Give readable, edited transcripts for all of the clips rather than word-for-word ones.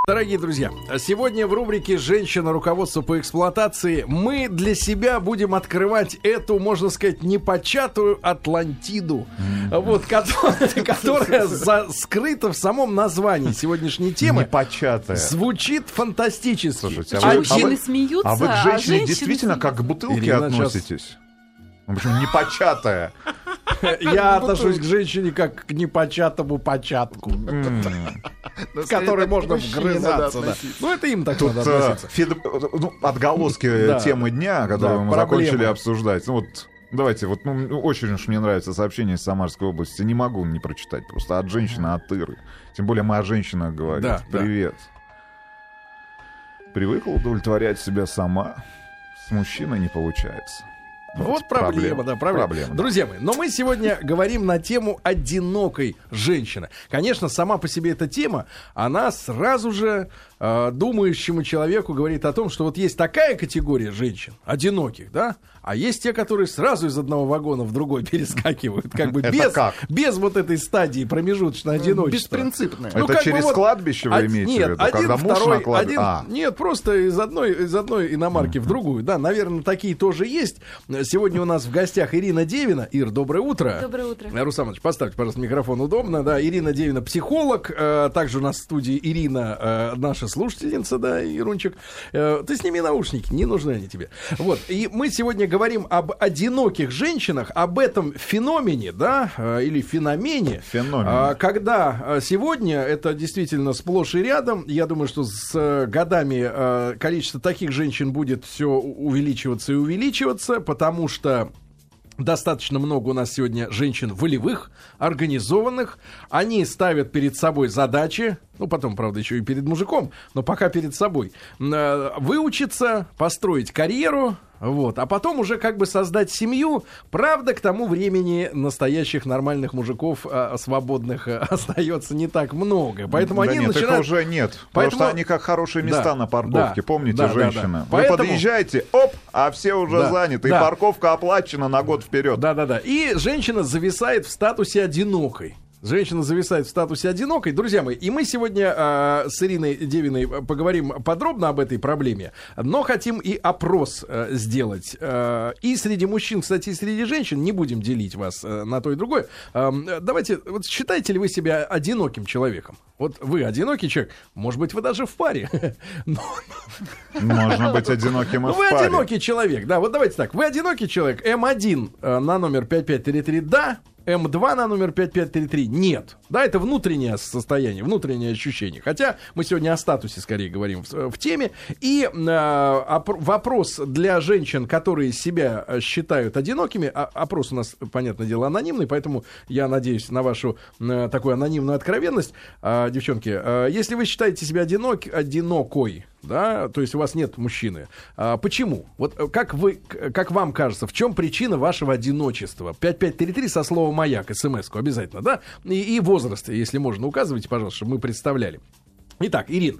Дорогие друзья, сегодня в рубрике «Женщина. Руководство по эксплуатации» мы для себя будем открывать эту, можно сказать, непочатую Атлантиду, вот, которая скрыта в самом названии сегодняшней темы. Непочатая. Звучит фантастически. Слушайте, мужчины смеются, а вы к женщине женщины действительно смеются. как к бутылке Ирина, относитесь? В общем, непочатая. Я отношусь к женщине как к непочатому початку, в который можно вгрызаться. Да. Ну, это им так Тут надо относиться. отголоски темы дня, которую мы закончили проблемы. обсуждать. Ну, вот давайте, вот очень уж мне нравится сообщение из Самарской области. Не могу не прочитать просто от женщины, от Иры. Тем более мы о женщинах говорим. Да, Привет. Привыкла удовлетворять себя сама. С мужчиной не получается. Вот проблема, да, проблема. Друзья мои, но мы сегодня говорим на тему одинокой женщины. Конечно, сама по себе эта тема, она сразу же думающему человеку говорит о том, что вот есть такая категория женщин, одиноких, да, а есть те, которые сразу из одного вагона в другой перескакивают, как бы без вот этой стадии промежуточного одиночества. Беспринципные. Это через вот, кладбище вы имеете в виду? Нет, один, когда муж второй, на кладбище? Нет, просто из одной иномарки в другую. Да, наверное, такие тоже есть. Сегодня у нас в гостях Ирина Девина. Ир, доброе утро. Доброе утро. Руслан Ильич, поставьте, пожалуйста, микрофон удобно. Да, Ирина Девина, психолог. Также у нас в студии Ирина, наша слушательница, да, Ирунчик. Ты сними наушники, не нужны они тебе. Вот, и мы сегодня говорим об одиноких женщинах, об этом феномене, да, или феномене. Когда сегодня это действительно сплошь и рядом. Я думаю, что с годами количество таких женщин будет все увеличиваться и увеличиваться, потому что достаточно много у нас сегодня женщин волевых, организованных. Они ставят перед собой задачи, ну, потом, правда, еще и перед мужиком, но пока перед собой. Выучиться, построить карьеру, вот, а потом уже как бы создать семью. Правда, к тому времени настоящих нормальных мужиков свободных остается не так много. Поэтому да они нет, начинают... их уже нет. Потому что они как хорошие места на парковке. Помните, да, женщины? да. Вы подъезжаете, оп, а все уже заняты. И парковка оплачена на год вперед. Да. И женщина зависает в статусе одинокой. Женщина зависает в статусе одинокой. Друзья мои, и мы сегодня с Ириной Девиной поговорим подробно об этой проблеме, но хотим и опрос сделать. И среди мужчин, кстати, и среди женщин. Не будем делить вас на то и другое. Давайте, вот считаете ли вы себя одиноким человеком? Вот вы одинокий человек, может быть, вы даже в паре. Можно быть одиноким и в паре. Вы одинокий человек, да, вот давайте так. Вы одинокий человек, М1 на номер 5533, да. М2 на номер 5533 нет. Да, это внутреннее состояние, внутреннее ощущение. Хотя мы сегодня о статусе скорее говорим в теме. И вопрос для женщин, которые себя считают одинокими. Опрос у нас, понятное дело, анонимный, поэтому я надеюсь на вашу такую анонимную откровенность. Девчонки, если вы считаете себя одинокой, да, то есть у вас нет мужчины. Почему? Вот как вам кажется, в чем причина вашего одиночества? 5533 со словом «маяк», смс-ку обязательно, да? И возраст, если можно, указывайте, пожалуйста, чтобы мы представляли. Итак, Ирин,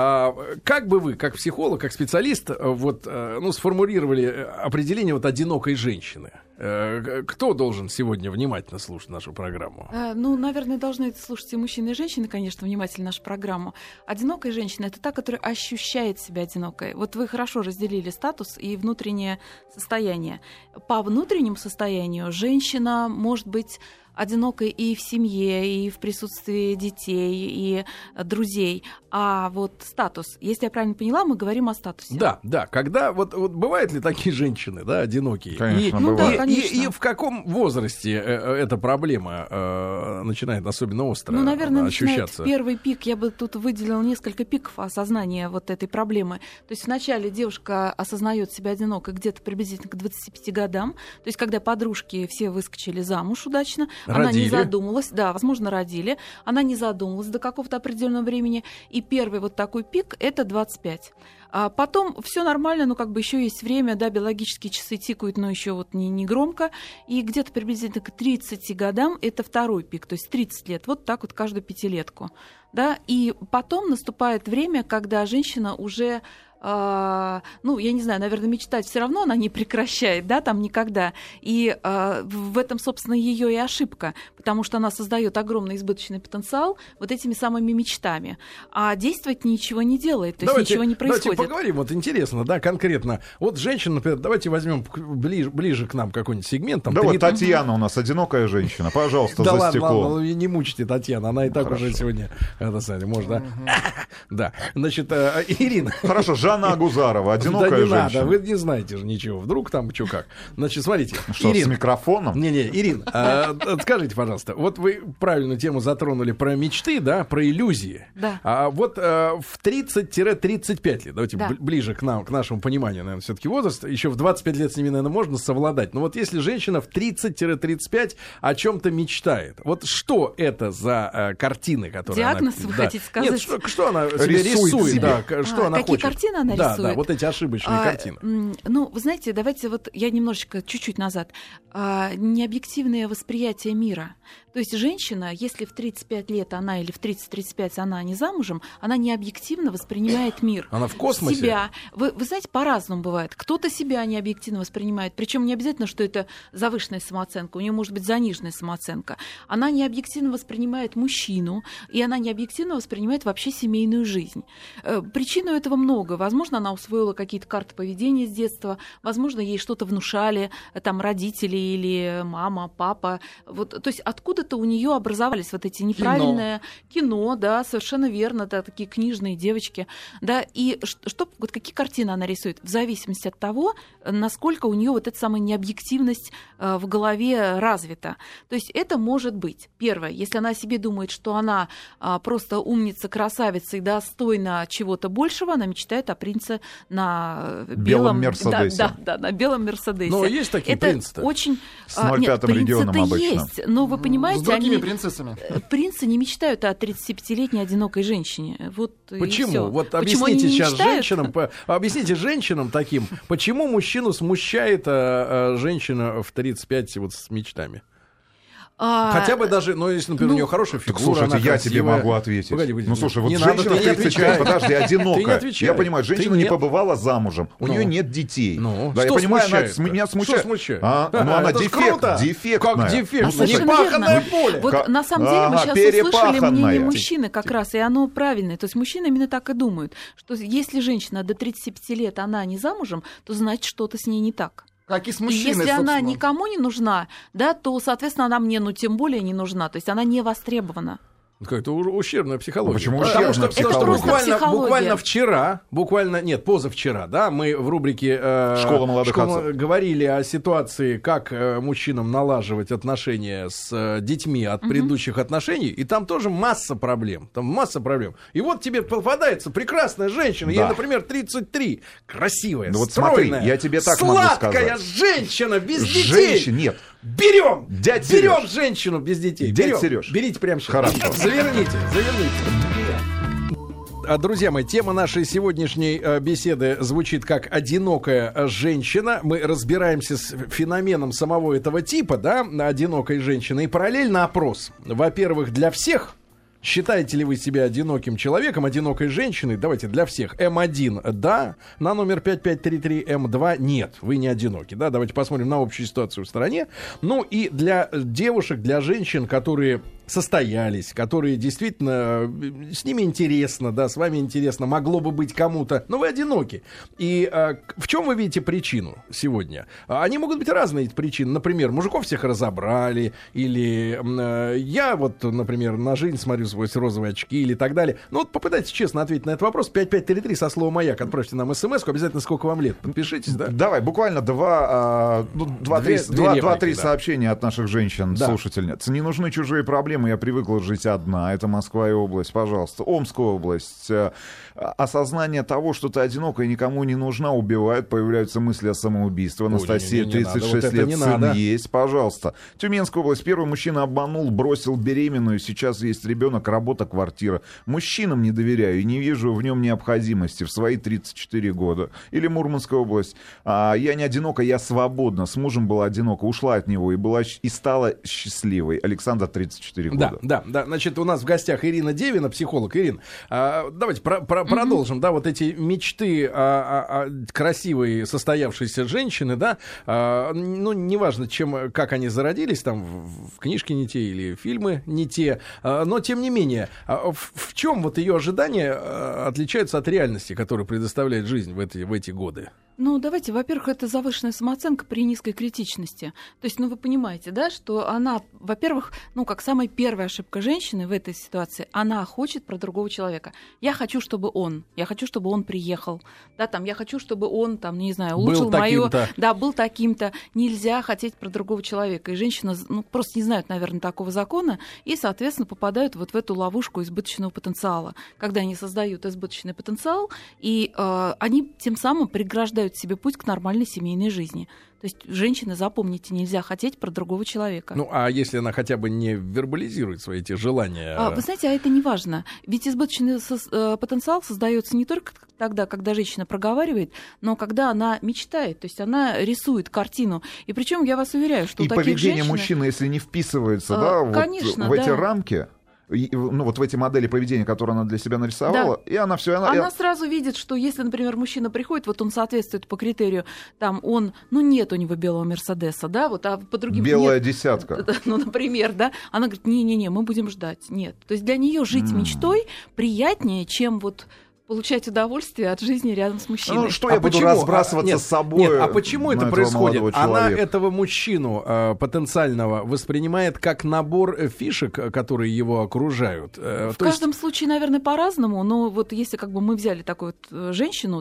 как бы вы, как психолог, как специалист, вот, сформулировали определение вот одинокой женщины? Кто должен сегодня внимательно слушать нашу программу? Наверное, должны слушать и мужчины, и женщины, конечно, внимательно нашу программу. Одинокая женщина — это та, которая ощущает себя одинокой. Вот вы хорошо разделили статус и внутреннее состояние. По внутреннему состоянию женщина может быть одинокой и в семье, и в присутствии детей, и друзей. А вот статус, если я правильно поняла, мы говорим о статусе. Да. Когда вот бывают ли такие женщины, да, одинокие? Конечно, бывают. Конечно. И в каком возрасте эта проблема начинает особенно остро наверное, ощущаться? начинает первый пик. Я бы тут выделила несколько пиков осознания вот этой проблемы. То есть вначале девушка осознает себя одинокой где-то приблизительно к 25 годам. То есть когда подружки все выскочили замуж удачно, она не задумалась, да, возможно, родили, она не задумалась до какого-то определенного времени, и первый вот такой пик — это 25. А потом все нормально, но как бы еще есть время, да, биологические часы тикают, но еще вот не громко, и где-то приблизительно к 30 годам это второй пик, то есть 30 лет, вот так вот каждую пятилетку. Да, и потом наступает время, когда женщина уже ну, я не знаю, наверное, мечтать все равно она не прекращает, да, там никогда. И в этом, собственно, ее и ошибка, потому что она создает огромный избыточный потенциал вот этими самыми мечтами, а действовать ничего не делает, то есть ничего не происходит. Давайте поговорим, вот интересно, да, конкретно. Вот женщина, например, давайте возьмем ближе к нам какой-нибудь сегмент. Там, да вот Татьяна у нас, одинокая женщина, пожалуйста, да за ладно, стеклом. Ладно, не мучите Татьяну, она и так уже сегодня, может, да? Да, значит, Ирина. Хорошо, Жанна Агузарова, одинокая да не женщина. Надо, вы не знаете же ничего. Вдруг там что как. Значит, смотрите. Что, Ирина, с микрофоном? Не, Ирина, скажите, пожалуйста, вот вы правильную тему затронули про мечты, да, про иллюзии. Да. А вот в 30-35 лет, давайте ближе к нашему пониманию, наверное, все-таки возраст, еще в 25 лет с ними, наверное, можно совладать. Но вот если женщина в 30-35 о чем-то мечтает, вот что это за картины, которые диагноз, она... вы хотите сказать? Нет, что она себе рисует, да, что она какие хочет. Картины она рисует? Да, вот эти ошибочные картины. Ну, вы знаете, давайте вот я немножечко, чуть-чуть назад. Необъективное восприятие мира. То есть женщина, если в 35 лет она или в 30-35 она не замужем, она необъективно воспринимает мир. Она в космосе? Себя. Вы знаете, по-разному бывает. Кто-то себя необъективно воспринимает, причем не обязательно, что это завышенная самооценка, у нее может быть заниженная самооценка. Она необъективно воспринимает мужчину, и она необъективно воспринимает вообще семейную жизнь. Причин у этого много. Возможно, она усвоила какие-то карты поведения с детства, возможно, ей что-то внушали, там, родители или мама, папа. Вот, то есть откуда-то у нее образовались вот эти неправильные кино, да, совершенно верно, да, такие книжные девочки, да, и вот какие картины она рисует, в зависимости от того, насколько у нее вот эта самая необъективность в голове развита. То есть это может быть, первое, если она о себе думает, что она просто умница, красавица и достойна чего-то большего, она мечтает о принце на белом Мерседесе. Да, на белом Мерседесе. Но есть такие принцы-то? Очень... С 05-м регионом обычно. Есть, но вы понимаете, с другими принцессами. Принцы не мечтают о 35-летней одинокой женщине. Вот почему? Вот почему объясните сейчас мечтают? женщинам таким, почему мужчину смущает женщина в 35 вот с мечтами? Хотя бы даже, если, например, у нее хорошая фигура, так, слушайте, она я красивая. тебе могу ответить. Погоди, слушай, вот не женщина надо, 35, подожди, одинокая. отвечай. Я понимаю, женщина Ты не нет. побывала замужем, у нее нет детей. Да, я что понимаю, смущает-то? меня смущает. Что смущает? Она Это ж круто. дефектная. Как дефектная? слушай, Непаханное поле. Вот на самом деле мы сейчас услышали мнение мужчины как раз, и оно правильное. То есть мужчины именно так и думают, что если женщина до 35 лет, она не замужем, то значит что-то с ней не так. Как и с И мужчиной, если она собственно. никому не нужна, да, то, соответственно, она мне, тем более не нужна. То есть она не востребована. Какая-то ущербная психология. Почему Потому ущербная что психология? буквально позавчера, да, мы в рубрике «Школа молодых отцов» говорили о ситуации, как мужчинам налаживать отношения с детьми от предыдущих отношений, и там тоже масса проблем. И вот тебе попадается прекрасная женщина, ей, например, 33, красивая, вот стройная, смотри, я тебе так могу сладкая сказать. женщина без детей. Женщин нет. Берем Серёж. женщину без детей. Дядь Берем. Серёж. Берите прямо сейчас. Хорошо. Заверните. Друзья мои, тема нашей сегодняшней беседы звучит как «одинокая женщина». Мы разбираемся с феноменом самого этого типа, да, одинокой женщины. И параллельно опрос. Во-первых, для всех. Считаете ли вы себя одиноким человеком, одинокой женщиной? Давайте для всех. М1 да, на номер 5533, М2 нет, вы не одиноки. Да? Давайте посмотрим на общую ситуацию в стране. Ну и для девушек, для женщин, которые состоялись, которые действительно, с ними интересно, да, с вами интересно, могло бы быть кому-то, но вы одиноки. И в чем вы видите причину сегодня? Они могут быть разные причины. Например, мужиков всех разобрали, или я вот, например, на жизнь смотрю сквозь розовые очки, или так далее. Ну вот попытайтесь честно ответить на этот вопрос. 5533 со словом «Маяк» отправьте нам смс-ку. Обязательно сколько вам лет. Подпишитесь, да? Давай, буквально 2-3 сообщения от наших женщин, слушательниц. Не нужны чужие проблемы. Я привыкла жить одна. Это Москва и область, пожалуйста. Омская область. Осознание того, что ты одинока и никому не нужна, убивает. Появляются мысли о самоубийстве. Анастасия, 36 лет, сын есть. Пожалуйста. Тюменская область. Первый мужчина обманул, бросил беременную. Сейчас есть ребенок, работа, квартира. Мужчинам не доверяю и не вижу в нем необходимости в свои 34 года. Или Мурманская область. Я не одинока, я свободна. С мужем была одинока, ушла от него и стала счастливой. Александр, 34 4 года. Да. Значит, у нас в гостях Ирина Девина, психолог. Ирин, давайте продолжим, да, вот эти мечты красивой состоявшейся женщины, да, ну, неважно, как они зародились, там, в книжке не те или фильмы не те, но, тем не менее, в чем вот ее ожидания отличаются от реальности, которую предоставляет жизнь в эти годы? Ну, давайте, во-первых, это завышенная самооценка при низкой критичности. То есть, ну, вы понимаете, да, что она, во-первых, ну, как самая первая ошибка женщины в этой ситуации, она хочет про другого человека. Я хочу, чтобы он приехал, да, там, я хочу, чтобы он, там, не знаю, улучшил мое... Да, был таким-то. Нельзя хотеть про другого человека. И женщины, ну, просто не знают, наверное, такого закона, и, соответственно, попадают вот в эту ловушку избыточного потенциала. Когда они создают избыточный потенциал, и они тем самым преграждают себе путь к нормальной семейной жизни. То есть, женщины, запомните, нельзя хотеть про другого человека. Ну, а если она хотя бы не вербализирует свои эти желания? Вы знаете, это не важно. Ведь избыточный потенциал создается не только тогда, когда женщина проговаривает, но когда она мечтает, то есть она рисует картину. И причем я вас уверяю, что и у таких поведение женщин... мужчины, если не вписывается, конечно, вот в эти рамки, ну, вот в эти модели поведения, которые она для себя нарисовала, и она все... Она сразу видит, что если, например, мужчина приходит, вот он соответствует по критерию, там он, ну, нет у него белого Мерседеса, да, вот, а по другим... Белая нет, десятка. Ну, например, да, она говорит, не-не-не, мы будем ждать, нет. То есть для нее жить мечтой приятнее, чем вот... получать удовольствие от жизни рядом с мужчиной. Ну, что я буду разбрасываться с собой? Нет, а почему это происходит? Она этого мужчину потенциального воспринимает как набор фишек, которые его окружают. В каждом случае, наверное, по-разному, но вот если как бы мы взяли такую вот женщину,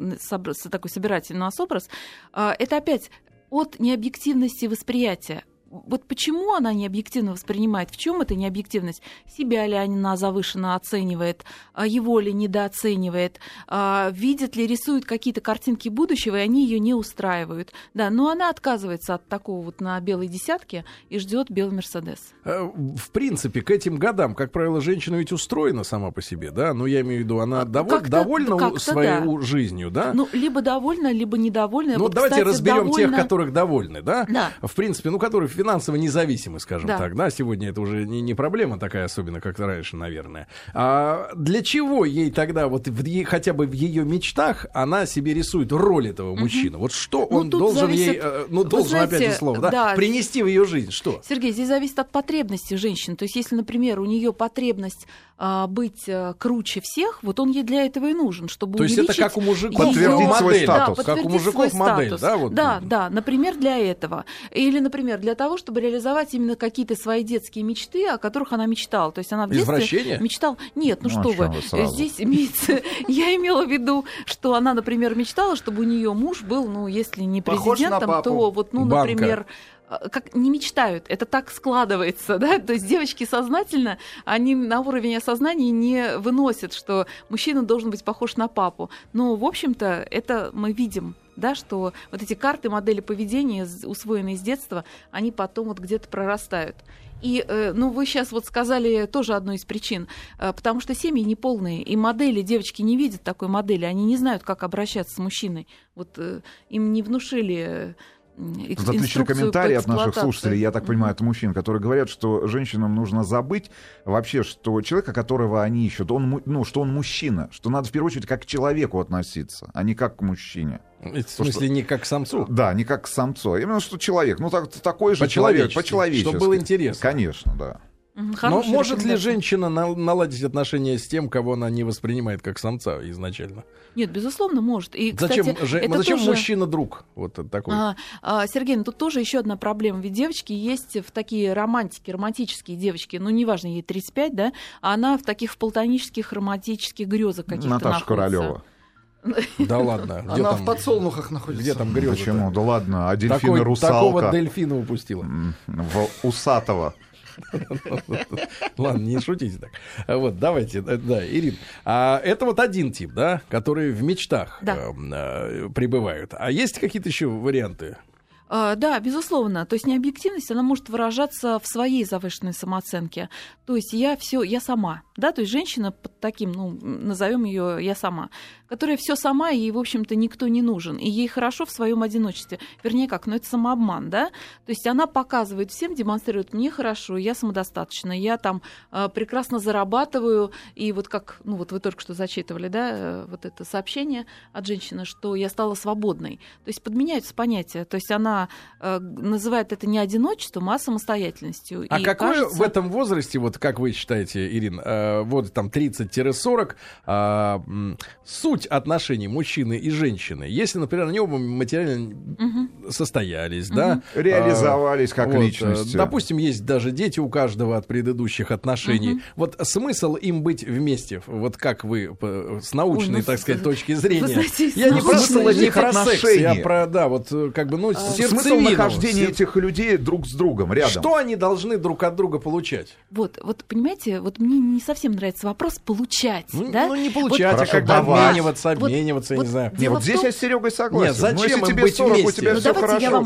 такой собирательный образ, это опять от необъективности восприятия. Вот почему она необъективно воспринимает? В чем эта необъективность? Себя ли она завышенно оценивает? Его ли недооценивает? Видит ли, рисует какие-то картинки будущего, и они ее не устраивают? Да, но она отказывается от такого вот на белой десятке и ждет белый Мерседес. В принципе, к этим годам, как правило, женщина ведь устроена сама по себе, да? Ну, я имею в виду, она довольна своей жизнью, да? Ну, либо довольна, либо недовольна. Ну, вот, давайте кстати, разберем тех, которых довольны, да? Да. В принципе, ну, которые финансово независимы, скажем так, да, сегодня это уже не проблема такая, особенно как раньше, наверное. А для чего ей тогда, вот хотя бы в ее мечтах, она себе рисует роль этого мужчины? Вот что он должен ей, должен, знаете, опять же слово, да, принести в ее жизнь, что? Сергей, здесь зависит от потребности женщины. То есть, если, например, у нее потребность быть круче всех, вот он ей для этого и нужен, чтобы увеличить... То есть это как у мужиков подтвердить свой статус. Как у мужиков модель, да? Вот. Да, например, для этого. Или, например, для того, чтобы реализовать именно какие-то свои детские мечты, о которых она мечтала. То есть она в детстве мечтала... Нет, ну что вы, здесь имеется... Я имела в виду, что она, например, мечтала, чтобы у нее муж был, ну, если не президентом, то вот, ну, например... Как не мечтают, это так складывается, да, то есть девочки сознательно, они на уровень осознания не выносят, что мужчина должен быть похож на папу, но, в общем-то, это мы видим, да, что вот эти карты, модели поведения, усвоенные с детства, они потом вот где-то прорастают. И, ну, вы сейчас вот сказали тоже одну из причин, потому что семьи неполные, и модели, девочки не видят такой модели, они не знают, как обращаться с мужчиной, вот им не внушили... Тут отличные комментарии от наших слушателей, я так понимаю, это мужчин, которые говорят, что женщинам нужно забыть вообще, что человека, которого они ищут, что он мужчина, что надо в первую очередь как к человеку относиться, а не как к мужчине. В смысле, не как к самцу? Да, не как к самцу, а именно что человек, такой же человек, по-человечески. Чтобы было интересно. Конечно, да. Но может ли женщина наладить отношения с тем, кого она не воспринимает как самца изначально? Нет, безусловно, может. И, зачем кстати, зачем мужчина-друг? Вот такой. Сергей, ну тут тоже еще одна проблема. Ведь девочки есть в такие романтические девочки, ну неважно, ей 35, да, а она в таких платонических романтических грезах каких-то Наташа находится. Королева. Да ладно. Она в подсолнухах находится. Где там грезы? Почему? Да ладно, а дельфины русалка. Такого дельфина упустила. Усатого. Ладно, не шутите так. Вот, давайте, да, Ирина. Это вот один тип, да, который в мечтах пребывают. А есть какие-то еще варианты? Да, безусловно. То есть необъективность, она может выражаться в своей завышенной самооценке. То есть я сама. Да? То есть женщина под таким, назовем ее я сама, которая все сама, ей, в общем-то, никто не нужен. И ей хорошо в своем одиночестве. Вернее, это самообман, да? То есть она показывает всем, демонстрирует: мне хорошо, я самодостаточна, я там прекрасно зарабатываю. И вот как, вы только что зачитывали, да, вот это сообщение от женщины, что я стала свободной. То есть подменяются понятия. То есть она называет это не одиночеством, а самостоятельностью. А какой в этом возрасте, как вы считаете, Ирин, там 30-40, суть отношений мужчины и женщины? Если, например, они оба материально состоялись, да? Реализовались как личности. Допустим, есть даже дети у каждого от предыдущих отношений. Смысл им быть вместе? Как вы с научной, так сказать, точки зрения? Знаете, я не про секс, я про, смысл нахождения этих людей друг с другом рядом. Что они должны друг от друга получать? Понимаете, мне не совсем нравится вопрос «получать». Да? Не получать, а когда обмениваться, я не знаю. Здесь я с Серегой согласен. Нет, зачем им быть 40, вместе? у тебя все хорошо.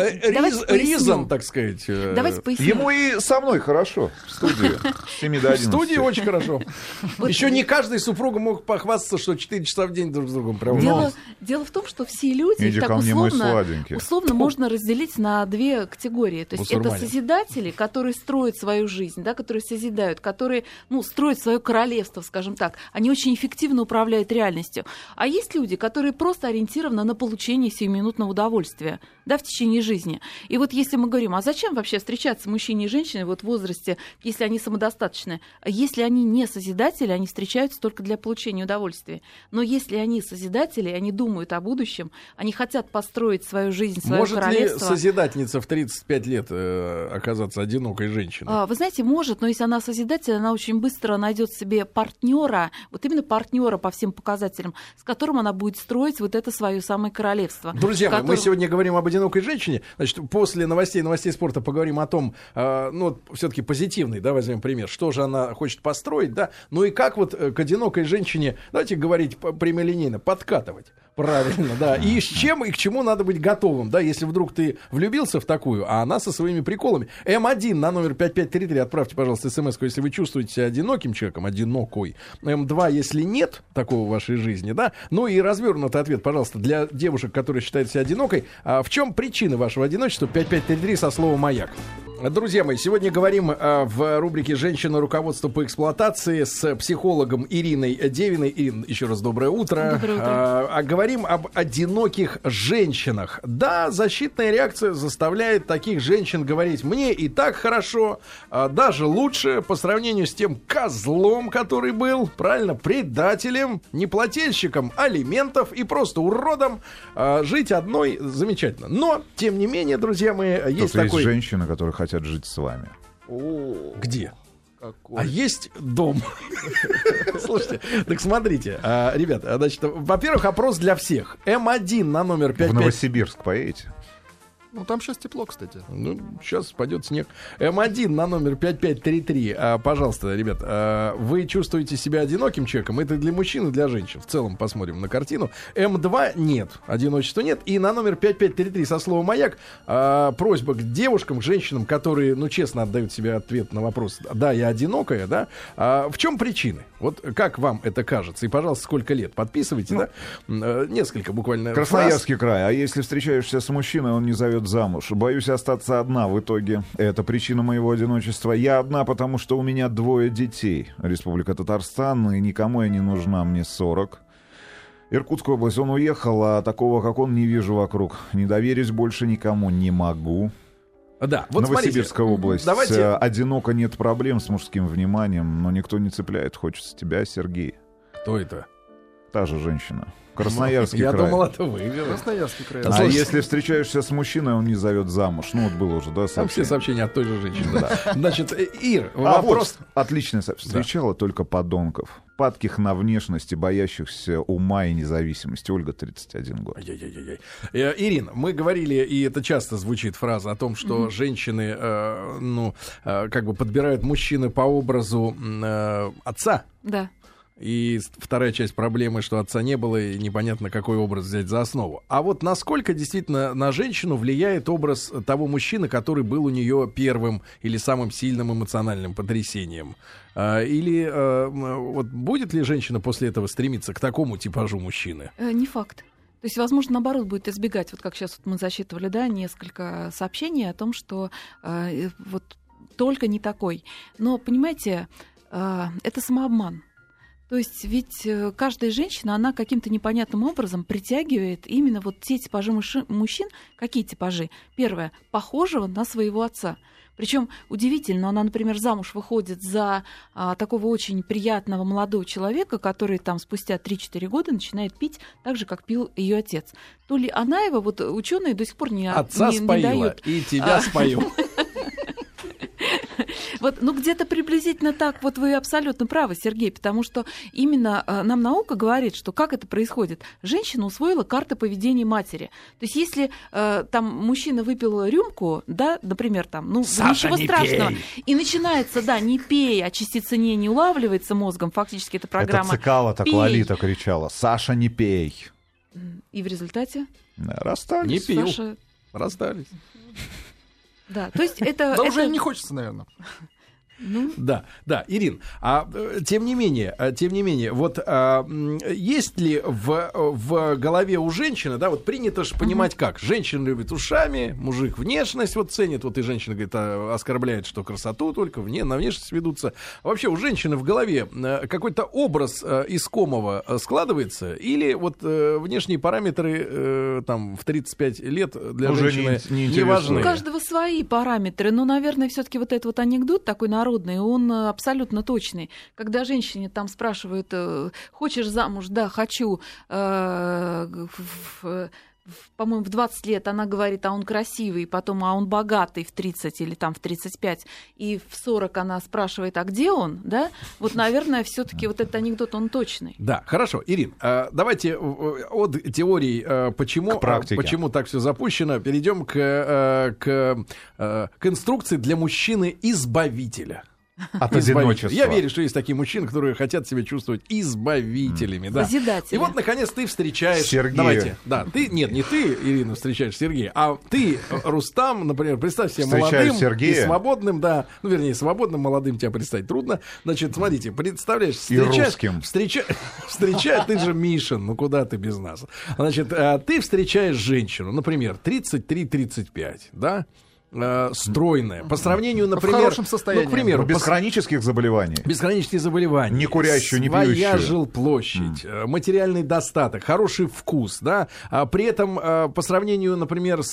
Ризон, так сказать. Давайте поясню. Ему и со мной хорошо в студии. С 7 до 11. В студии очень хорошо. Еще не каждый супруг мог похвастаться, что 4 часа в день друг с другом проводят. Дело в том, что все люди так условно можно разделить на две категории. То есть это созидатели, которые строят свою жизнь, да, которые созидают, которые строят свое королевство, скажем так. Они очень эффективно управляют реальностью. А есть люди, которые просто ориентированы на получение сиюминутного удовольствия, да, в течение жизни. И если мы говорим, а зачем вообще встречаться мужчине и женщине в возрасте, если они самодостаточны? Если они не созидатели, они встречаются только для получения удовольствия. Но если они созидатели, они думают о будущем, они хотят построить свою жизнь, свое королевство. Может ли созидательница в 35 лет оказаться одинокой женщиной? Вы знаете, может, но если она созидатель, она очень быстро найдет себе партнера, именно партнера по всем показателям, с которым она будет строить это свое самое королевство. Друзья мои, мы сегодня говорим об одинокой женщине. Значит, после новостей спорта поговорим о том, все-таки позитивный, да, возьмем пример, что же она хочет построить, да, и как к одинокой женщине, давайте говорить прямолинейно, подкатывать. Правильно, да. И с чем и к чему надо быть готовым, да, если вдруг ты влюбился в такую, а она со своими приколами. М1 на номер 5533 отправьте, пожалуйста, смс-ку, если вы чувствуете себя одиноким человеком, одинокой. М2, если нет такого в вашей жизни, да. И развернутый ответ, пожалуйста, для девушек, которые считают себя одинокой. В чем причина вашего одиночества? 5533 со словом «Маяк». Друзья мои, сегодня говорим в рубрике «Женщина. Руководство по эксплуатации» с психологом Ириной Девиной. Ирина, еще раз доброе утро. Доброе утро. Говорим об одиноких женщинах. Да, защитная реакция заставляет таких женщин говорить: мне и так хорошо, даже лучше по сравнению с тем козлом, который был, правильно, предателем, неплательщиком алиментов и просто уродом. Жить одной замечательно. Но, тем не менее, друзья мои, есть такой... женщины, которые хотят жить с вами. Где? А есть дом? Слушайте, так смотрите, ребят, значит, во-первых, опрос для всех. М1 на номер 55... В Новосибирск поедете? Там сейчас тепло, кстати. Сейчас пойдет снег. М1 на номер 5533. Пожалуйста, ребят, вы чувствуете себя одиноким человеком? Это для мужчин и для женщин. В целом посмотрим на картину. М2 нет. Одиночества нет. И на номер 5533 со словом «Маяк» просьба к девушкам, к женщинам, которые, честно отдают себе ответ на вопрос: да, я одинокая, да? В чем причины? Как вам это кажется? И, пожалуйста, сколько лет? Подписывайте, да? Несколько буквально. Красноярский край. А если встречаешься с мужчиной, он не зовет замуж. Боюсь остаться одна в итоге. Это причина моего одиночества. Я одна, потому что у меня 2 детей. Республика Татарстан, и никому я не нужна, мне 40. Иркутская область. Он уехал, а такого, как он, не вижу вокруг. Не доверюсь больше никому не могу. Да, Новосибирская смотрите, область. Давайте... Одиноко, нет проблем с мужским вниманием, но никто не цепляет. Хочется тебя, Сергей. Кто это? Та же женщина. Красноярский край. Я думал, это вы. Красноярский край. А если встречаешься с мужчиной, он не зовет замуж. Было уже, да, сообщение? Там все сообщения от той же женщины. Значит, Ир, вопрос... Отличное сообщение. Встречала только подонков. Падких на внешность и боящихся ума и независимости. Ольга, 31 год. Ирина, мы говорили, и это часто звучит фраза о том, что женщины, подбирают мужчины по образу отца. Да. И вторая часть проблемы, что отца не было, и непонятно, какой образ взять за основу. А вот насколько действительно на женщину влияет образ того мужчины, который был у нее первым или самым сильным эмоциональным потрясением? Или вот будет ли женщина после этого стремиться к такому типажу мужчины? Не факт. То есть, возможно, наоборот, будет избегать, вот как сейчас вот мы засчитывали, да, несколько сообщений о том, что вот только не такой. Но, понимаете, это самообман. То есть ведь каждая женщина, она каким-то непонятным образом притягивает именно вот те типажи мужчин. Какие типажи? Первое, похожего на своего отца. Причем удивительно, она, например, замуж выходит за такого очень приятного молодого человека, который там спустя 3-4 года начинает пить так же, как пил ее отец. То ли она его, вот ученые до сих пор не отца споила, дают. И тебя спою. Вот, ну, где-то приблизительно так, вот вы абсолютно правы, Сергей, потому что именно нам наука говорит, что как это происходит. Женщина усвоила карты поведения матери. То есть если там мужчина выпил рюмку, да, например, там, ну, Саша, ничего не страшного. пей. И начинается, да, не пей, а частица не улавливается мозгом, фактически это программа. Это цикала так «Пей». Лолита кричала: «Саша, не пей». И в результате Расстались. Не пил. Саша... Расстались. Да, то есть это... Да уже не хочется, наверное. Ну, Да, Ирин, тем не менее, вот есть ли в голове у женщины, да, вот принято же понимать как, женщина любит ушами, мужик внешность вот ценит, вот и женщина, говорит, оскорбляет, что красоту только на внешность ведутся. Вообще у женщины в голове какой-то образ искомого складывается, или вот внешние параметры там в 35 лет для Уже женщины не не важны? у каждого свои параметры. Ну, наверное, все-таки вот этот вот анекдот такой народный, он абсолютно точный. Когда женщине там спрашивают: хочешь замуж? Да, хочу. По-моему, в 20 лет она говорит: а он красивый, потом: а он богатый в 30 или там в 35, и в 40 она спрашивает: а где он? Да? Вот, наверное, все-таки вот этот анекдот, он точный. Да, хорошо. Ирин, давайте от теории, почему так все запущено, перейдем к инструкции для мужчины-избавителя. От одиночества. Я верю, что есть такие мужчины, которые хотят себя чувствовать избавителями. Да. Созидатели. И вот, наконец, ты встречаешь... Сергея. Давайте. Да, не ты, Ирина, встречаешь Сергея, а ты, Рустам, например, представь себе молодым Сергея. и свободным, да, ну, вернее, свободным, молодым тебя представить трудно. Значит, смотрите, представляешь, русским. встречаешь, ты же Мишин, ну куда ты без нас? Значит, ты встречаешь женщину, например, 33-35, да? Стройная. По сравнению, например... В хорошем состоянии. Ну, к примеру, без хронических заболеваний. без хронических заболеваний. Не курящую, не своя пьющую. жилплощадь, материальный достаток, хороший вкус, да. При этом, по сравнению, например,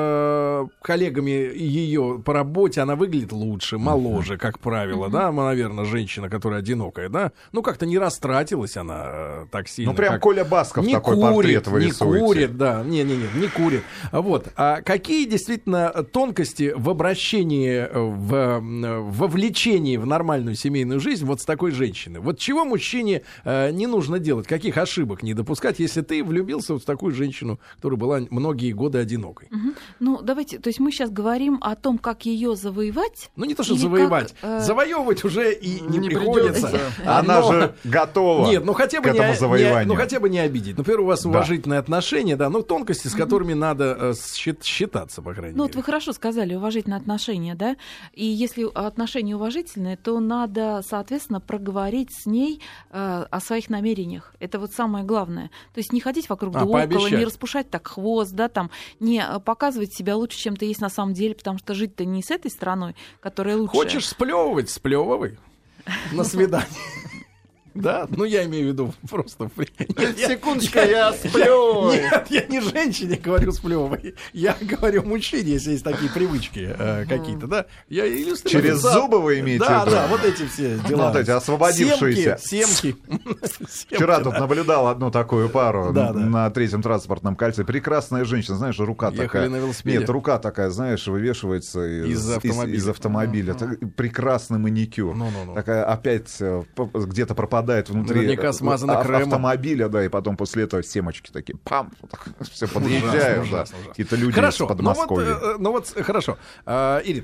с коллегами ее по работе, она выглядит лучше, моложе, как правило, да. Наверное, женщина, которая одинокая, да. Ну, как-то не растратилась она так сильно. Ну, прям как... Коля Басков не такой курит, портрет вы рисуете. Не курит, да. Не курит. Вот. А какие действительно тонкости в обращении, в вовлечении в нормальную семейную жизнь вот с такой женщиной? Вот чего мужчине не нужно делать? Каких ошибок не допускать, если ты влюбился вот в такую женщину, которая была многие годы одинокой? Ну, давайте, то есть мы сейчас говорим о том, как ее завоевать. Ну, не то, что или завоевать. как, Завоевывать уже и не придется. приходится. Она же готова. Нет, ну хотя бы к этому завоеванию. ну хотя бы не обидеть. Например, у вас Да. уважительные отношения, да, ну тонкости, с которыми надо считаться, по крайней Ну, вот мере. вы хорошо сказали, уважительные отношения, да? И если отношения уважительные, то надо, соответственно, проговорить с ней о своих намерениях. Это вот самое главное. То есть не ходить вокруг да около, пообещать. не распушать так хвост, да, там, не показывать себя лучше, чем ты есть на самом деле, потому что жить-то не с этой страной, которая лучше. Хочешь сплевывать, сплевывай на свидание. Да, ну я имею в виду просто... Секундочку, я сплю. Нет, я не женщине говорю сплевывай. Я говорю мужчине, если есть такие привычки какие-то, да. Я иллюстрирую. Через зубы вы имеете в Да, виду? да, вот эти все дела. Вот эти освободившиеся. Семки. Вчера тут наблюдал одну такую пару Да, да. на Третьем транспортном кольце. Прекрасная женщина, знаешь, рука Ехали такая. на велосипеде? Нет, рука такая, знаешь, вывешивается из автомобиля. автомобиля. Прекрасный маникюр. Ну-ну-ну. Такая опять где-то пропадает пропадает внутри Наверняка смазано кремом. автомобиля, да, и потом после этого семечки такие, пам, все подъезжают, да. Какие-то люди из Подмосковья. Ну вот, хорошо. Ирин,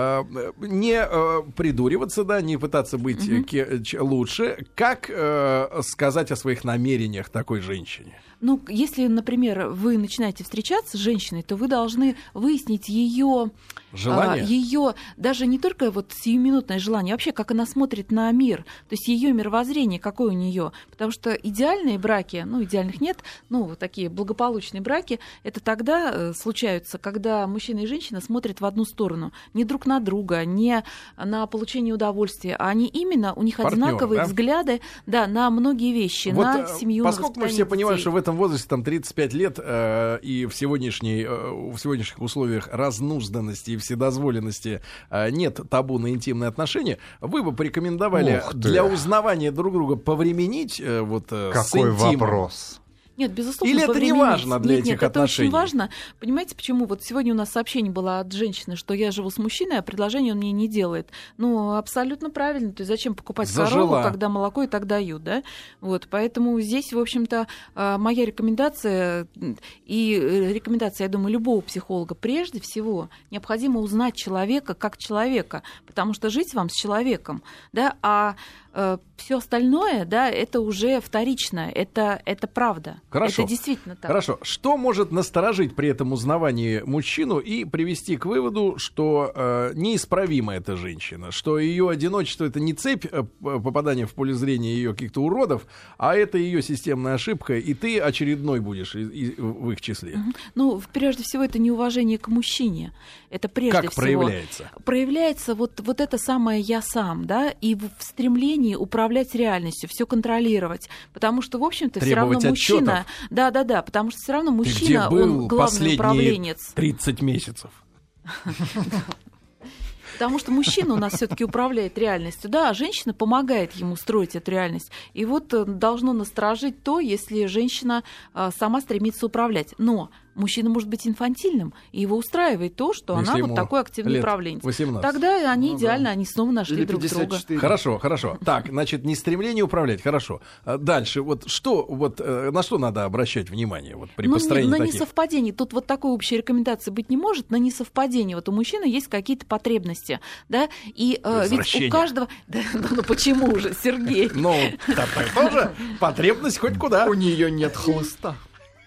не придуриваться, да, не пытаться быть лучше. Как сказать о своих намерениях такой женщине? Ну, если, например, вы начинаете встречаться с женщиной, то вы должны выяснить ее желание, ее даже не только вот сиюминутное желание, вообще как она смотрит на мир, то есть ее мировоззрение, какое у нее, потому что идеальные браки, ну идеальных нет, ну вот такие благополучные браки, это тогда случаются, когда мужчина и женщина смотрят в одну сторону, не друг на друга, не на получение удовольствия, а они именно у них партнеры, одинаковые да? взгляды, да, на многие вещи, вот, на семью, поскольку на мы все понимаем, детей. что в этом возрасте там 35 лет и в сегодняшних условиях разнузданности и вседозволенности нет табу на интимные отношения, вы бы порекомендовали для узнавания друг друга повременить вот с какой интимом? Вопрос? Нет, безусловно, Или это не важно для этих это отношений? очень важно. Понимаете, почему? Вот сегодня у нас сообщение было от женщины, что я живу с мужчиной, а предложение он мне не делает. Ну, абсолютно правильно. То есть зачем покупать корову, когда молоко и так дают, да? Вот, поэтому здесь, в общем-то, моя рекомендация и рекомендация, я думаю, любого психолога, прежде всего, необходимо узнать человека как человека, потому что жить вам с человеком, да, а все остальное, да, это уже вторично, это правда. Хорошо. Это действительно так. Хорошо. Что может насторожить при этом узнавании мужчину и привести к выводу, что неисправима эта женщина, что ее одиночество — это не цепь попадания в поле зрения ее каких-то уродов, а это ее системная ошибка, и ты очередной будешь в их числе? Ну, прежде всего, это неуважение к мужчине. Это прежде как всего. проявляется? Проявляется вот это самое «я сам», да, и в стремлении управлять реальностью, все контролировать, потому что, в общем-то, все равно мужчина... Да, потому что все равно мужчина, он главный управленец. 30 месяцев. Потому что мужчина у нас все-таки управляет реальностью, да, а женщина помогает ему строить эту реальность. И вот должно насторожить то, если женщина сама стремится управлять. Но мужчина может быть инфантильным, и его устраивает то, что если она вот такой активный управленец. 18. Тогда они идеально, они снова нашли или друг 54. друга. Хорошо. Так, значит, не стремление управлять, хорошо. Дальше, вот на что надо обращать внимание вот, при построении на таких? несовпадение. Тут вот такой общей рекомендации быть не может, на несовпадение. Вот у мужчины есть какие-то потребности, да, и ведь у каждого... Да, ну почему же, Сергей? Ну, тоже потребность хоть куда. У нее нет хлыста.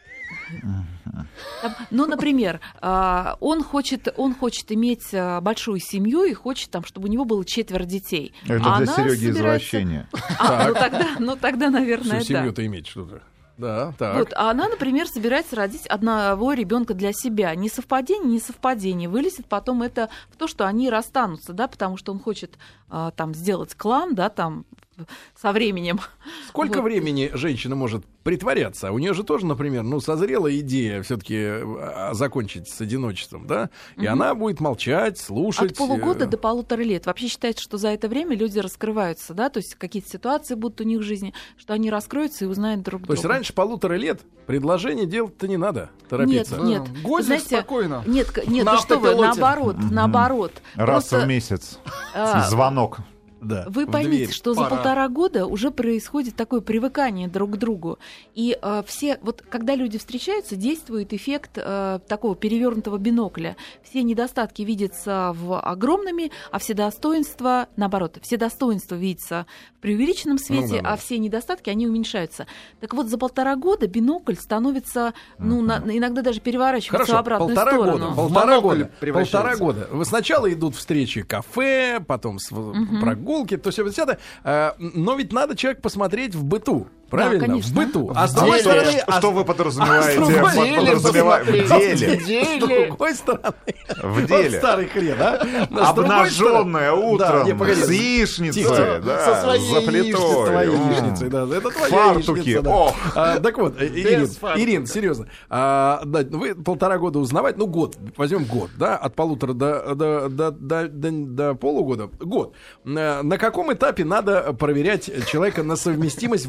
Ну, например, он хочет иметь большую семью и хочет, чтобы у него было 4 детей. Это для Сереги извращение. Ну, тогда, наверное, всю семью-то иметь что-то. Да, так. Вот, а она, например, собирается родить одного ребенка для себя. Несовпадение. Вылезет потом это в то, что они расстанутся, да, потому что он хочет сделать клан, да, со временем. Сколько времени женщина может притворяться? У нее же тоже, например, созрела идея все-таки закончить с одиночеством, да? И она будет молчать, слушать. От полугода до 1,5 лет. Вообще считается, что за это время люди раскрываются, да, то есть какие-то ситуации будут у них в жизни, что они раскроются и узнают друг друга. То есть раньше 1,5 лет предложение делать-то не надо торопиться. Нет. Годик спокойно. Нет, ну что вы, наоборот. Раз в месяц. Звонок. Да, вы поймите, что за 1,5 года уже происходит такое привыкание друг к другу. И когда люди встречаются, действует эффект такого перевернутого бинокля. Все недостатки видятся огромными, а все достоинства, наоборот, все достоинства видятся в преувеличенном свете, а все недостатки, они уменьшаются. Так вот, за 1,5 года бинокль становится, иногда даже переворачивается в обратную сторону. Полтора года. Вы сначала идут встречи кафе, потом прогулки, то все это. Но ведь надо человек посмотреть в быту. Правильно? Да, в быту. А с другой стороны, что вы подразумеваете? В деле. С другой стороны. В деле. Старый хрен, а? Обнаженная утром с яичницей. Со своей яичницей. Это твоя фартуки. яичница. Так вот, Ирин, серьезно. Вы 1,5 года узнавать, год. Возьмем год, да? От 1,5 до полугода. Год. На каком этапе надо проверять человека на совместимость в бытовом?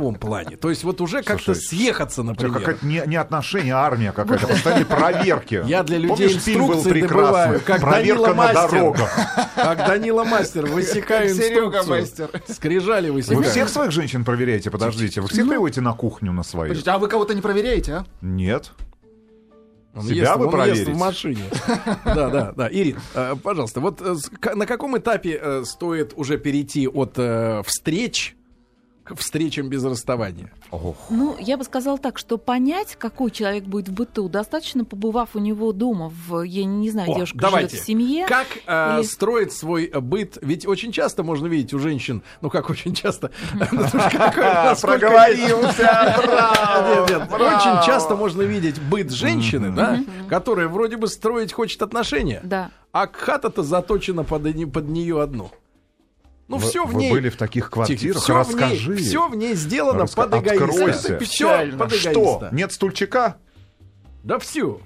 бытовом плане. То есть вот уже как-то съехаться, например. Какая-то не отношения, а армия какая-то. Постоянные проверки. Я для людей Помнишь, фильм был инструкции прекрасный? добываю, как Проверка Данила на Мастер. дорогах. Как Данила Мастер, высекаю Серега инструкцию. Мастер. Скрижали Вы высекаю. всех своих женщин проверяете? Подождите, вы всех приводите на кухню на свою? Подождите, а вы кого-то не проверяете, а? Нет. Он Себя ест, вы он проверите? ест в машине. Да. Ирин, пожалуйста, вот на каком этапе стоит уже перейти от встреч к встречам без расставания? Ну, я бы сказала так, что понять, какой человек будет в быту, достаточно, побывав у него дома. Я не знаю, девушка живет в семье. Как строить свой быт? Ведь очень часто можно видеть у женщин, ну как очень часто? Проговорился, Очень часто можно видеть быт женщины, да, которая вроде бы строить хочет отношения, Да. а хата-то заточена под нее одну. Ну, все в Вы ней. были в таких квартирах? Все Расскажи. в ней сделано под эгоиста. Откройся. Все под эгоиста. Что? Нет стульчика? Да все.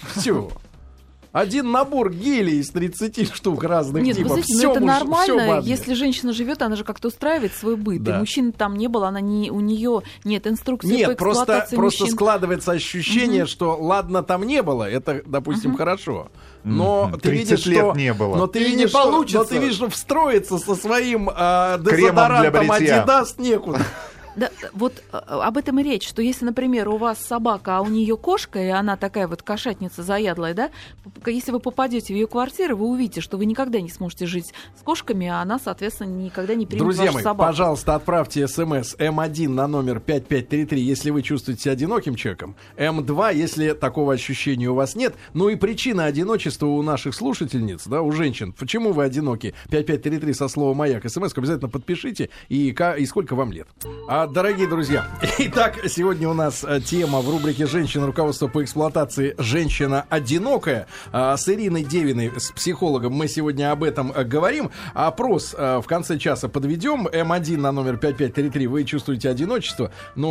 Один набор гелей из 30 штук разных Нет, вы типов. знаете, Всё это нормально. бабье. Если женщина живет, она же как-то устраивает свой быт. Да. И мужчины там не было, у нее нет инструкции по Нет, эксплуатации просто мужчин. складывается ощущение, что ладно, там не было, это, допустим, хорошо. Но ты 30 видишь, лет что не было. Но ты И не видишь, что, получится. но ты видишь, что встроиться со своим для дезодорантом бритья. Adidas некуда. Да, вот об этом и речь, что если, например, у вас собака, а у нее кошка, и она такая вот кошатница заядлая, да, если вы попадете в ее квартиру, вы увидите, что вы никогда не сможете жить с кошками, а она, соответственно, никогда не примет Друзья вашу мои, собаку. пожалуйста, отправьте смс М1 на номер 5533, если вы чувствуете себя одиноким человеком. М2, если такого ощущения у вас нет. Ну и причина одиночества у наших слушательниц, да, у женщин. Почему вы одиноки? 5533 со словом «Маяк». СМС обязательно подпишите. И сколько вам лет? Дорогие друзья, итак, сегодня у нас тема в рубрике «Женщина. Руководство по эксплуатации. Женщина одинокая». С Ириной Девиной, с психологом, мы сегодня об этом говорим. Опрос в конце часа подведем. М1 на номер 5533. Вы чувствуете одиночество?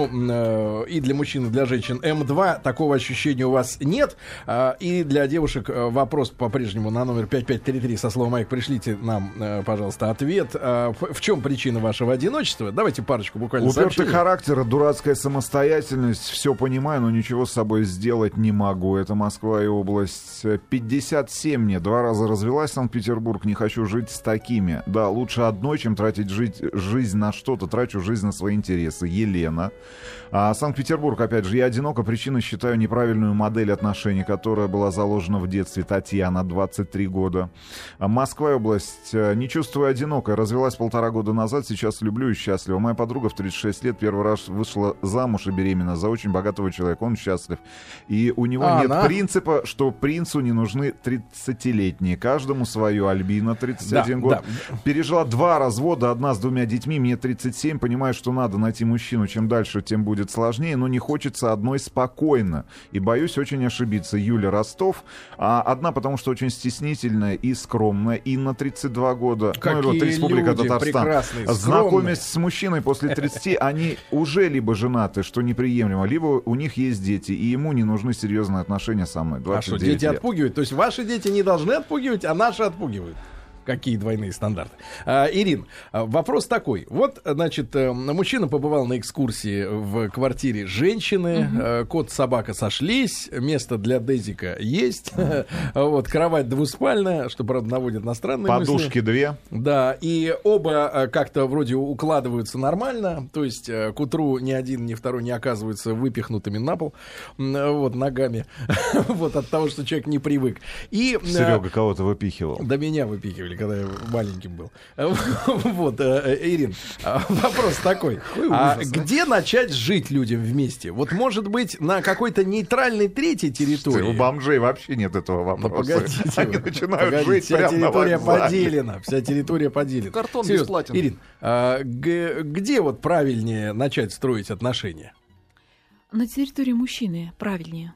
Ну, и для мужчин, и для женщин. М2, такого ощущения у вас нет. И для девушек вопрос по-прежнему на номер 5533 со словом «Майк». Пришлите нам, пожалуйста, ответ. В чем причина вашего одиночества? Давайте парочку буквально Упертый сообщений. характер, дурацкая самостоятельность, все понимаю, но ничего с собой сделать не могу. Это Москва и область. 57 мне, 2 раза развелась, Санкт-Петербург, не хочу жить с такими. Да, лучше одной, чем тратить жизнь на что-то, трачу жизнь на свои интересы. Елена. Санкт-Петербург, опять же, я одиноко, причиной считаю неправильную модель отношений, которая была заложена в детстве. Татьяна, 23 года. Москва и область, не чувствую одинокой, развелась 1,5 года назад, сейчас люблю и счастлива. Моя подруга в 36 лет первый раз вышла замуж и беременна за очень богатого человека, он счастлив. И у него нет принципа, что принцу не нужны 30-летние. Каждому свое. Альбина, 31 год. Да. Пережила 2 развода, одна с 2 детьми, мне 37, понимаю, что надо найти мужчину, чем дальше, тем будет сложнее, но не хочется одной спокойно. И боюсь очень ошибиться. Юля, Ростов. Одна, потому что очень стеснительная и скромная. Инна, 32 года. Какие вот, Республика люди Татарстан. прекрасные, Знакомясь с мужчиной после 30, они уже либо женаты, что неприемлемо, либо у них есть дети, и ему не нужны серьезные отношения со мной. 29 А что, дети лет. отпугивают? То есть ваши дети не должны отпугивать, а наши отпугивают? Какие двойные стандарты? Ирин, вопрос такой. Вот, значит, мужчина побывал на экскурсии в квартире женщины, кот, собака сошлись, место для дезика есть, вот, кровать двуспальная, что, правда, наводит на странные мысли. Подушки 2. Да, и оба как-то вроде укладываются нормально, то есть к утру ни один, ни второй не оказываются выпихнутыми на пол, вот, ногами, вот, от того, что человек не привык. И Серега кого-то выпихивал. да меня выпихивали, когда я маленьким был. Вот, Ирин, вопрос такой. Где начать жить людям вместе? Вот, может быть, на какой-то нейтральной третьей территории? У бомжей вообще нет этого вопроса. Погодите, Они начинают жить вся прямо на территория вокзале. поделена. Вся территория поделена. Картон Серьезно, бесплатен. Ирин, где вот правильнее начать строить отношения? На территории мужчины правильнее.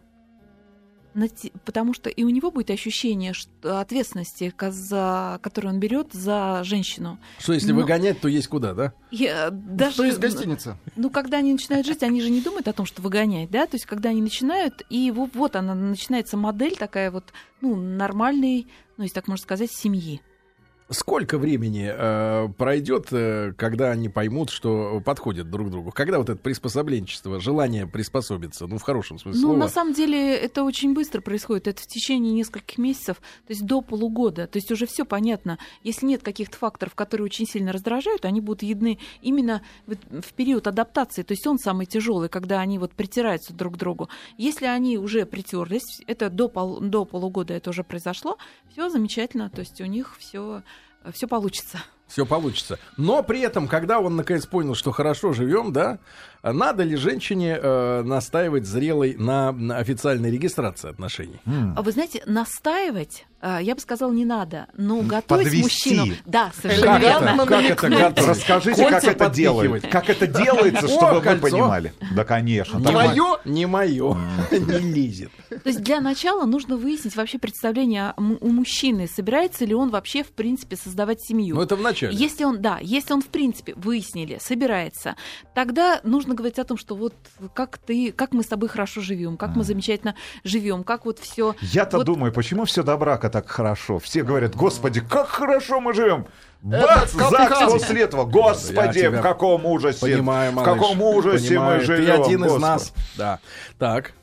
Потому что и у него будет ощущение ответственности, которую он берет за женщину. Что если выгонять, то есть куда, да? Даже, Что из гостиницы? Ну, когда они начинают жить, они же не думают о том, что выгонять, да? То есть, когда они начинают, и вот она, начинается модель такая вот, ну, нормальной, ну, если так можно сказать, семьи. Сколько времени пройдет, когда они поймут, что подходят друг другу? Когда вот это приспособленчество, желание приспособиться, в хорошем смысле слова? На самом деле это очень быстро происходит. Это в течение нескольких месяцев, то есть до полугода. То есть уже все понятно. Если нет каких-то факторов, которые очень сильно раздражают, они будут видны именно в период адаптации. То есть он самый тяжелый, когда они вот притираются друг к другу. Если они уже притерлись, это до полугода это уже произошло, все замечательно. То есть у них все получится. Все получится. Но при этом, когда он наконец понял, что хорошо живем, да, надо ли женщине настаивать зрелой на официальной регистрации отношений? Вы знаете, настаивать, я бы сказала, не надо. Но готовить подвести. мужчину... Да, совершенно верно. Как это готовить? Расскажите, как это делают. Как это делается, чтобы вы понимали. Да, конечно. Не мое, не лезет. То есть для начала нужно выяснить вообще представление у мужчины, собирается ли он вообще в принципе создавать семью. Ну это в начале. Если он в принципе выяснили, собирается, тогда нужно говорить о том, что вот как мы с тобой хорошо живем, как мы замечательно живем, как вот все. Я-то думаю, почему все до брака так хорошо? Все говорят: Господи, как хорошо мы живем. Бац, ЗАГС после этого. Господи, в каком ужасе. Понимаю, в каком ужасе мы живем. Ты один из нас. Да. Так.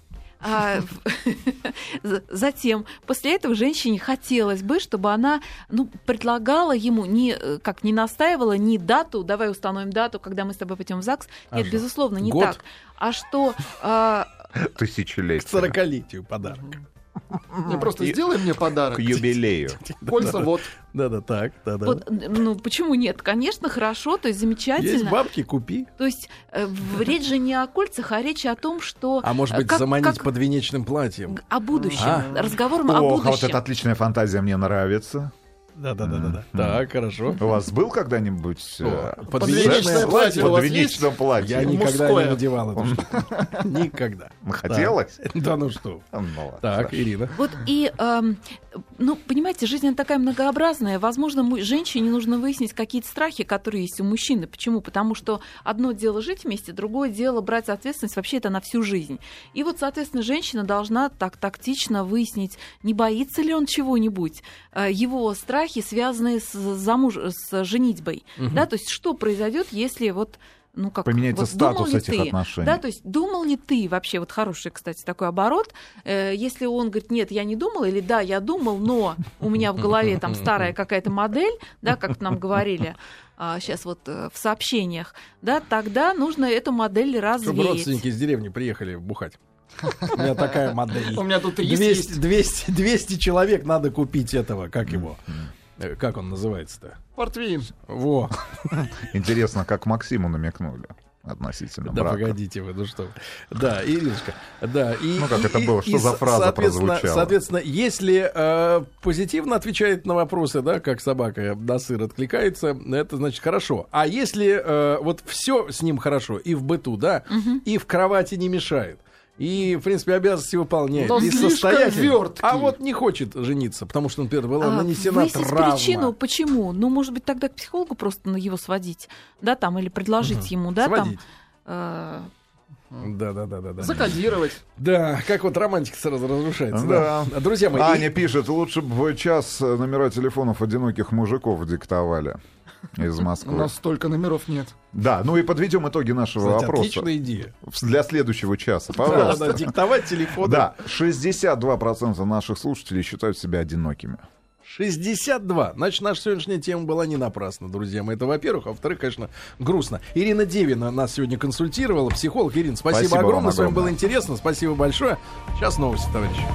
Затем, после этого женщине хотелось бы, чтобы она предлагала ему, не настаивала, не дату, давай установим дату, когда мы с тобой пойдем в ЗАГС. Нет, безусловно, не год? так. А что... Тысячелетие. К 40-летию подарок. Не просто сделай мне подарок. К юбилею. Кольца вот. Да-да, так. Да-да. Вот, почему нет? Конечно, хорошо, то есть замечательно. Есть бабки, купи. То есть речь же не о кольцах, а речь о том, что... А может быть, заманить подвенечным платьем? О будущем. Разговором о будущем. А вот эта отличная фантазия мне нравится. Да. Так, хорошо. У вас был когда-нибудь подвенечное платье? В подвенечном платье. Я никогда не надевал это. Никогда. Хотелось? Да ну что. Так, Ирина. Вот и, понимаете, жизнь она такая многообразная. Возможно, женщине нужно выяснить какие-то страхи, которые есть у мужчины. Почему? Потому что одно дело жить вместе, другое дело брать ответственность вообще это на всю жизнь. И вот, соответственно, женщина должна так тактично выяснить, не боится ли он чего-нибудь, его страхи, связанные с женитьбой. Да, то есть что произойдет, если поменяется статус этих отношений. Да, то есть думал ли ты вообще, вот хороший, кстати, такой оборот, если он говорит, нет, я не думал, или да, я думал, но у меня в голове там старая какая-то модель, да, как нам говорили сейчас вот в сообщениях, да, тогда нужно эту модель развеять. Чтобы родственники из деревни приехали бухать. У меня такая модель. У меня тут 200 человек надо купить этого, как его? Как он называется-то? Портвейн. Во. Интересно, как Максиму намекнули относительно брака. Да погодите вы, что. Да, Ириночка. Да, как это было? Что за фраза прозвучала? Соответственно, если позитивно отвечает на вопросы, да, как собака на сыр откликается, это значит хорошо. А если вот все с ним хорошо, и в быту, да, и в кровати не мешает, и, в принципе, обязанности выполняет. Но и состоятельный. Верткий. А вот не хочет жениться, потому что, например, была нанесена травма. Причину, почему? Может быть, тогда к психологу просто его сводить, да, там, или предложить ему, да, сводить. Там. Да. Закодировать. Да, как вот романтика сразу разрушается. Да. Друзья мои. Аня пишет, лучше бы час номера телефонов одиноких мужиков диктовали. Из Москвы. У нас столько номеров нет. Да, и подведем итоги нашего опроса. Отличная идея. Для следующего часа, пожалуйста. Да, диктовать телефон. Да, 62% наших слушателей считают себя одинокими. 62. Значит, наша сегодняшняя тема была не напрасна, друзья мои. Это, во-первых. А во-вторых, конечно, грустно. Ирина Девина нас сегодня консультировала. Психолог. Ирина, спасибо огромное. С вами было интересно. Спасибо большое. Сейчас новости, товарищи.